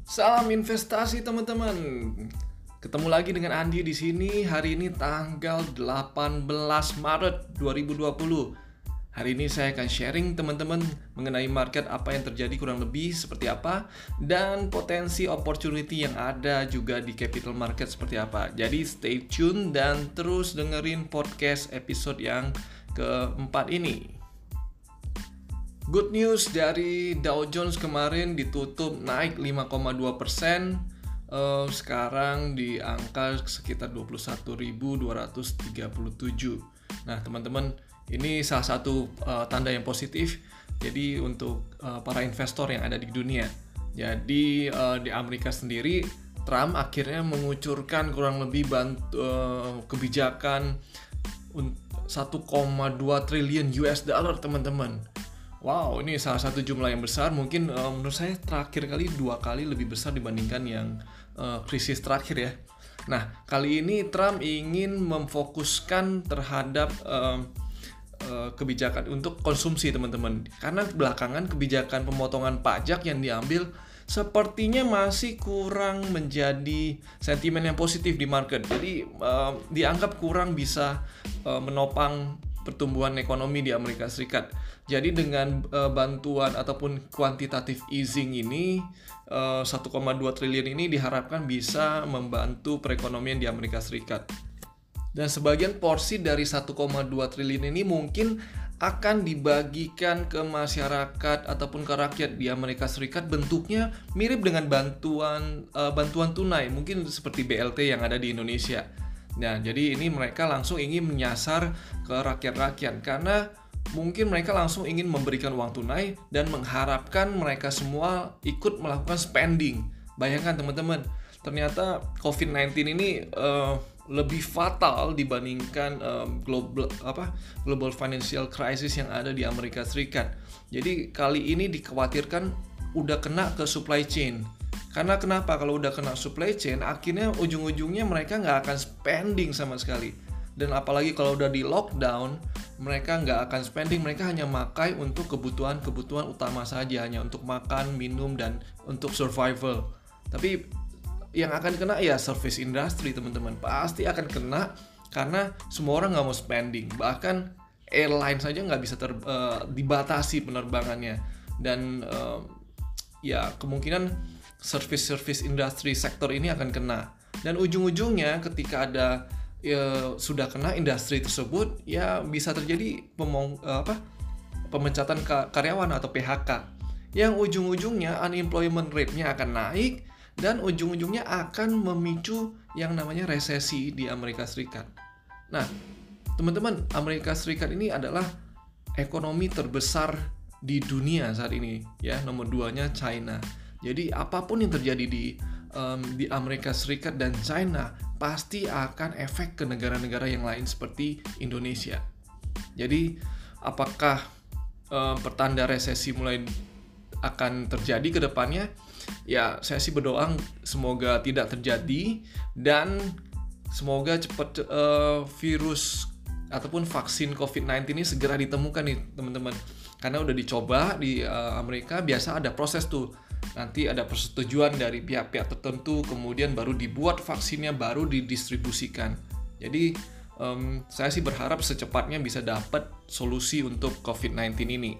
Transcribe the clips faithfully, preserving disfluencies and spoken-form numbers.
Salam investasi teman-teman. Ketemu lagi dengan Andi di sini. Hari ini tanggal delapan belas Maret dua ribu dua puluh. Hari ini saya akan sharing teman-teman mengenai market, apa yang terjadi kurang lebih seperti apa, dan potensi opportunity yang ada juga di capital market seperti apa. Jadi stay tune dan terus dengerin podcast episode yang keempat ini. Good news dari Dow Jones kemarin ditutup naik lima koma dua persen, uh, sekarang di angka sekitar dua puluh satu ribu dua ratus tiga puluh tujuh. Nah teman-teman, ini salah satu uh, tanda yang positif. Jadi untuk uh, para investor yang ada di dunia. Jadi uh, di Amerika sendiri, Trump akhirnya mengucurkan kurang lebih bantu, uh, kebijakan satu koma dua triliun U S dollar teman-teman. Wow, ini salah satu jumlah yang besar. Mungkin uh, menurut saya terakhir kali dua kali lebih besar dibandingkan yang uh, krisis terakhir ya. Nah, kali ini Trump ingin memfokuskan terhadap uh, uh, kebijakan untuk konsumsi teman-teman. Karena belakangan kebijakan pemotongan pajak yang diambil sepertinya masih kurang menjadi sentimen yang positif di market. Jadi uh, dianggap kurang bisa uh, menopang pertumbuhan ekonomi di Amerika Serikat. Jadi dengan uh, bantuan ataupun quantitative easing ini, uh, satu koma dua triliun ini diharapkan bisa membantu perekonomian di Amerika Serikat. Dan sebagian porsi dari satu koma dua triliun ini mungkin akan dibagikan ke masyarakat ataupun ke rakyat di Amerika Serikat, bentuknya mirip dengan bantuan uh, bantuan tunai, mungkin seperti B L T yang ada di Indonesia. Nah, jadi ini mereka langsung ingin menyasar ke rakyat-rakyat karena mungkin mereka langsung ingin memberikan uang tunai dan mengharapkan mereka semua ikut melakukan spending. Bayangkan teman-teman, ternyata covid sembilan belas ini uh, lebih fatal dibandingkan uh, global apa global financial crisis yang ada di Amerika Serikat. Jadi kali ini dikhawatirkan udah kena ke supply chain. Karena kenapa? Kalau udah kena supply chain, akhirnya ujung-ujungnya mereka nggak akan spending sama sekali. Dan apalagi kalau udah di lockdown, mereka nggak akan spending, mereka hanya makai untuk kebutuhan-kebutuhan utama saja, hanya untuk makan, minum, dan untuk survival. Tapi yang akan kena ya service industry teman-teman, pasti akan kena karena semua orang nggak mau spending. Bahkan airline saja nggak bisa ter, uh, dibatasi penerbangannya. Dan uh, ya kemungkinan service-service industri sektor ini akan kena. Dan ujung-ujungnya ketika ada ya, sudah kena industri tersebut, ya bisa terjadi pemong, apa, pemecatan karyawan atau P H K. Yang ujung-ujungnya unemployment rate-nya akan naik dan ujung-ujungnya akan memicu yang namanya resesi di Amerika Serikat. Nah, teman-teman, Amerika Serikat ini adalah ekonomi terbesar di dunia saat ini, ya, nomor duanya China. Jadi apapun yang terjadi di um, di Amerika Serikat dan China pasti akan efek ke negara-negara yang lain seperti Indonesia. Jadi apakah um, pertanda resesi mulai akan terjadi ke depannya? Ya, saya sih berdoa semoga tidak terjadi dan semoga cepat uh, virus ataupun vaksin covid sembilan belas ini segera ditemukan nih teman-teman. Karena udah dicoba di uh, Amerika, biasa ada proses tuh. Nanti ada persetujuan dari pihak-pihak tertentu, kemudian baru dibuat vaksinnya, baru didistribusikan. Jadi um, saya sih berharap secepatnya bisa dapat solusi untuk covid sembilan belas ini.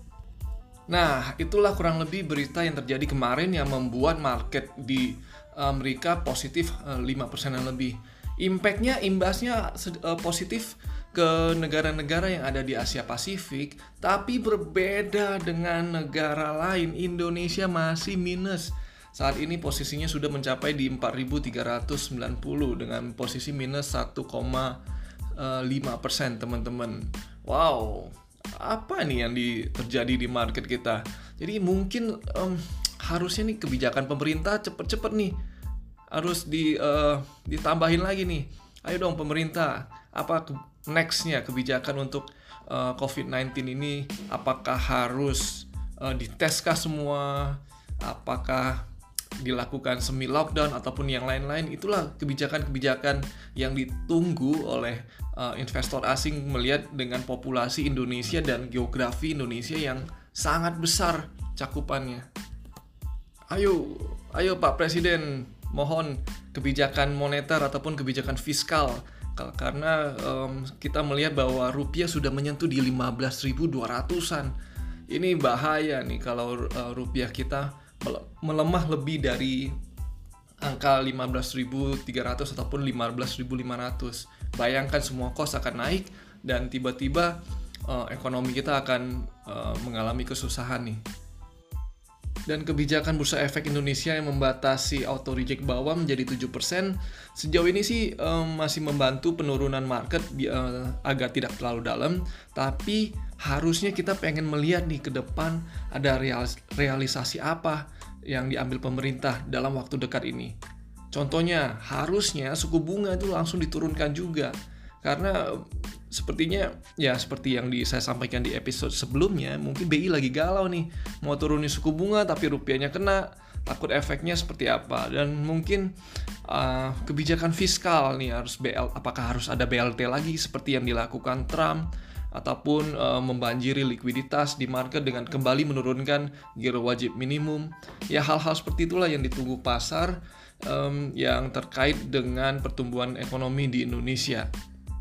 Nah, itulah kurang lebih berita yang terjadi kemarin yang membuat market di Amerika positif uh, lima persen lebih. Impact-nya, imbasnya uh, positif ke negara-negara yang ada di Asia Pasifik, tapi berbeda dengan negara lain. Indonesia masih minus. Saat ini posisinya sudah mencapai di empat ribu tiga ratus sembilan puluh dengan posisi minus satu koma lima persen teman-teman. Wow, apa nih yang di, terjadi di market kita? Jadi mungkin um, harusnya nih kebijakan pemerintah cepet-cepet nih harus di uh, ditambahin lagi nih. Ayo dong pemerintah, apa ke- next-nya kebijakan untuk uh, covid sembilan belas ini? Apakah harus uh, diteskah semua? Apakah dilakukan semi lockdown ataupun yang lain-lain? Itulah kebijakan-kebijakan yang ditunggu oleh uh, investor asing melihat dengan populasi Indonesia dan geografi Indonesia yang sangat besar cakupannya. Ayo, ayo Pak Presiden, mohon kebijakan moneter ataupun kebijakan fiskal. Karena um, kita melihat bahwa rupiah sudah menyentuh di lima belas ribu dua ratusan. Ini bahaya nih kalau uh, rupiah kita melemah lebih dari angka lima belas ribu tiga ratus ataupun lima belas ribu lima ratus. Bayangkan semua kos akan naik dan tiba-tiba uh, ekonomi kita akan uh, mengalami kesusahan nih. Dan kebijakan Bursa Efek Indonesia yang membatasi auto reject bawah menjadi tujuh persen sejauh ini sih um, masih membantu penurunan market uh, agar tidak terlalu dalam, tapi harusnya kita pengen melihat nih ke depan ada realis- realisasi apa yang diambil pemerintah dalam waktu dekat ini. Contohnya, harusnya suku bunga itu langsung diturunkan juga. Karena sepertinya, ya seperti yang di, saya sampaikan di episode sebelumnya, mungkin B I lagi galau nih. Mau turunin suku bunga tapi rupiahnya kena, takut efeknya seperti apa. Dan mungkin uh, kebijakan fiskal nih, harus B L, apakah harus ada B L T lagi seperti yang dilakukan Trump, ataupun uh, membanjiri likuiditas di market dengan kembali menurunkan giro wajib minimum. Ya hal-hal seperti itulah yang ditunggu pasar um, yang terkait dengan pertumbuhan ekonomi di Indonesia.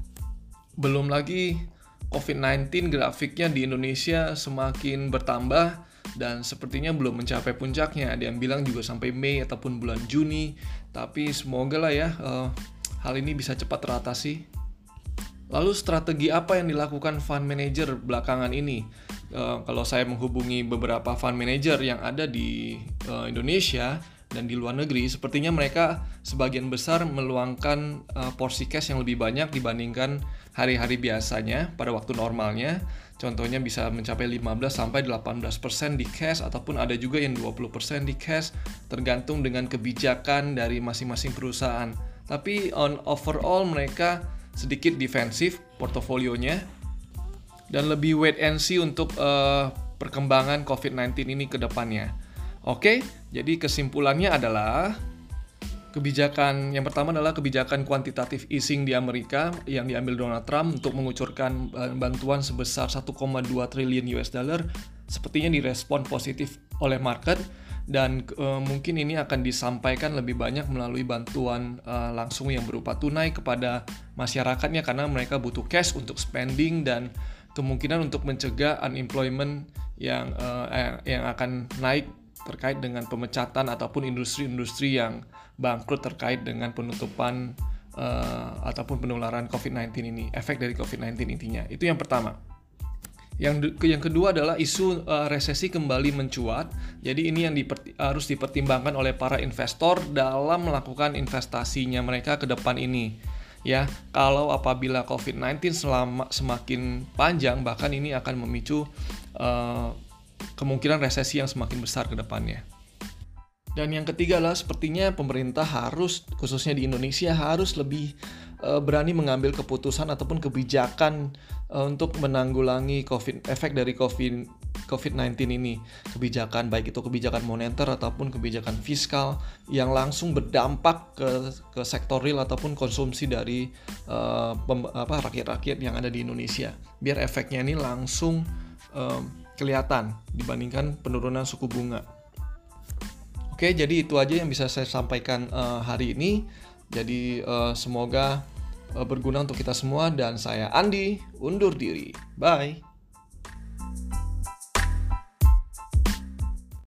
Belum lagi covid sembilan belas grafiknya di Indonesia semakin bertambah dan sepertinya belum mencapai puncaknya. Ada yang bilang juga sampai Mei ataupun bulan Juni. Tapi semoga lah ya uh, hal ini bisa cepat teratasi. Lalu strategi apa yang dilakukan fund manager belakangan ini? Uh, kalau saya menghubungi beberapa fund manager yang ada di uh, Indonesia dan di luar negeri, sepertinya mereka sebagian besar meluangkan uh, porsi cash yang lebih banyak dibandingkan hari-hari biasanya pada waktu normalnya. Contohnya bisa mencapai lima belas sampai delapan belas persen di cash ataupun ada juga yang dua puluh persen di cash, tergantung dengan kebijakan dari masing-masing perusahaan. Tapi on overall mereka sedikit defensif portofolionya dan lebih wait and see untuk uh, perkembangan covid sembilan belas ini ke depannya. Oke, jadi kesimpulannya adalah kebijakan yang pertama adalah kebijakan kuantitatif easing di Amerika yang diambil Donald Trump untuk mengucurkan bantuan sebesar satu koma dua triliun U S dollar sepertinya direspon positif oleh market dan uh, mungkin ini akan disampaikan lebih banyak melalui bantuan uh, langsung yang berupa tunai kepada masyarakatnya karena mereka butuh cash untuk spending dan kemungkinan untuk mencegah unemployment yang uh, yang akan naik terkait dengan pemecatan ataupun industri-industri yang bangkrut terkait dengan penutupan uh, ataupun penularan covid sembilan belas ini, efek dari covid sembilan belas intinya. Itu yang pertama. Yang yang kedua adalah isu uh, resesi kembali mencuat. Jadi ini yang diperti, harus dipertimbangkan oleh para investor dalam melakukan investasinya mereka ke depan ini. Ya, kalau apabila covid sembilan belas selama semakin panjang, bahkan ini akan memicu uh, kemungkinan resesi yang semakin besar ke depannya. Dan yang ketiga adalah sepertinya pemerintah harus, khususnya di Indonesia, harus lebih uh, berani mengambil keputusan ataupun kebijakan uh, untuk menanggulangi COVID, efek dari COVID, covid sembilan belas ini. Kebijakan, baik itu kebijakan moneter ataupun kebijakan fiskal yang langsung berdampak ke, ke sektor real ataupun konsumsi dari uh, pem, apa, rakyat-rakyat yang ada di Indonesia. Biar efeknya ini langsung uh, kelihatan dibandingkan penurunan suku bunga. Oke, jadi itu aja yang bisa saya sampaikan uh, hari ini. Jadi uh, semoga uh, berguna untuk kita semua dan saya Andi undur diri. Bye.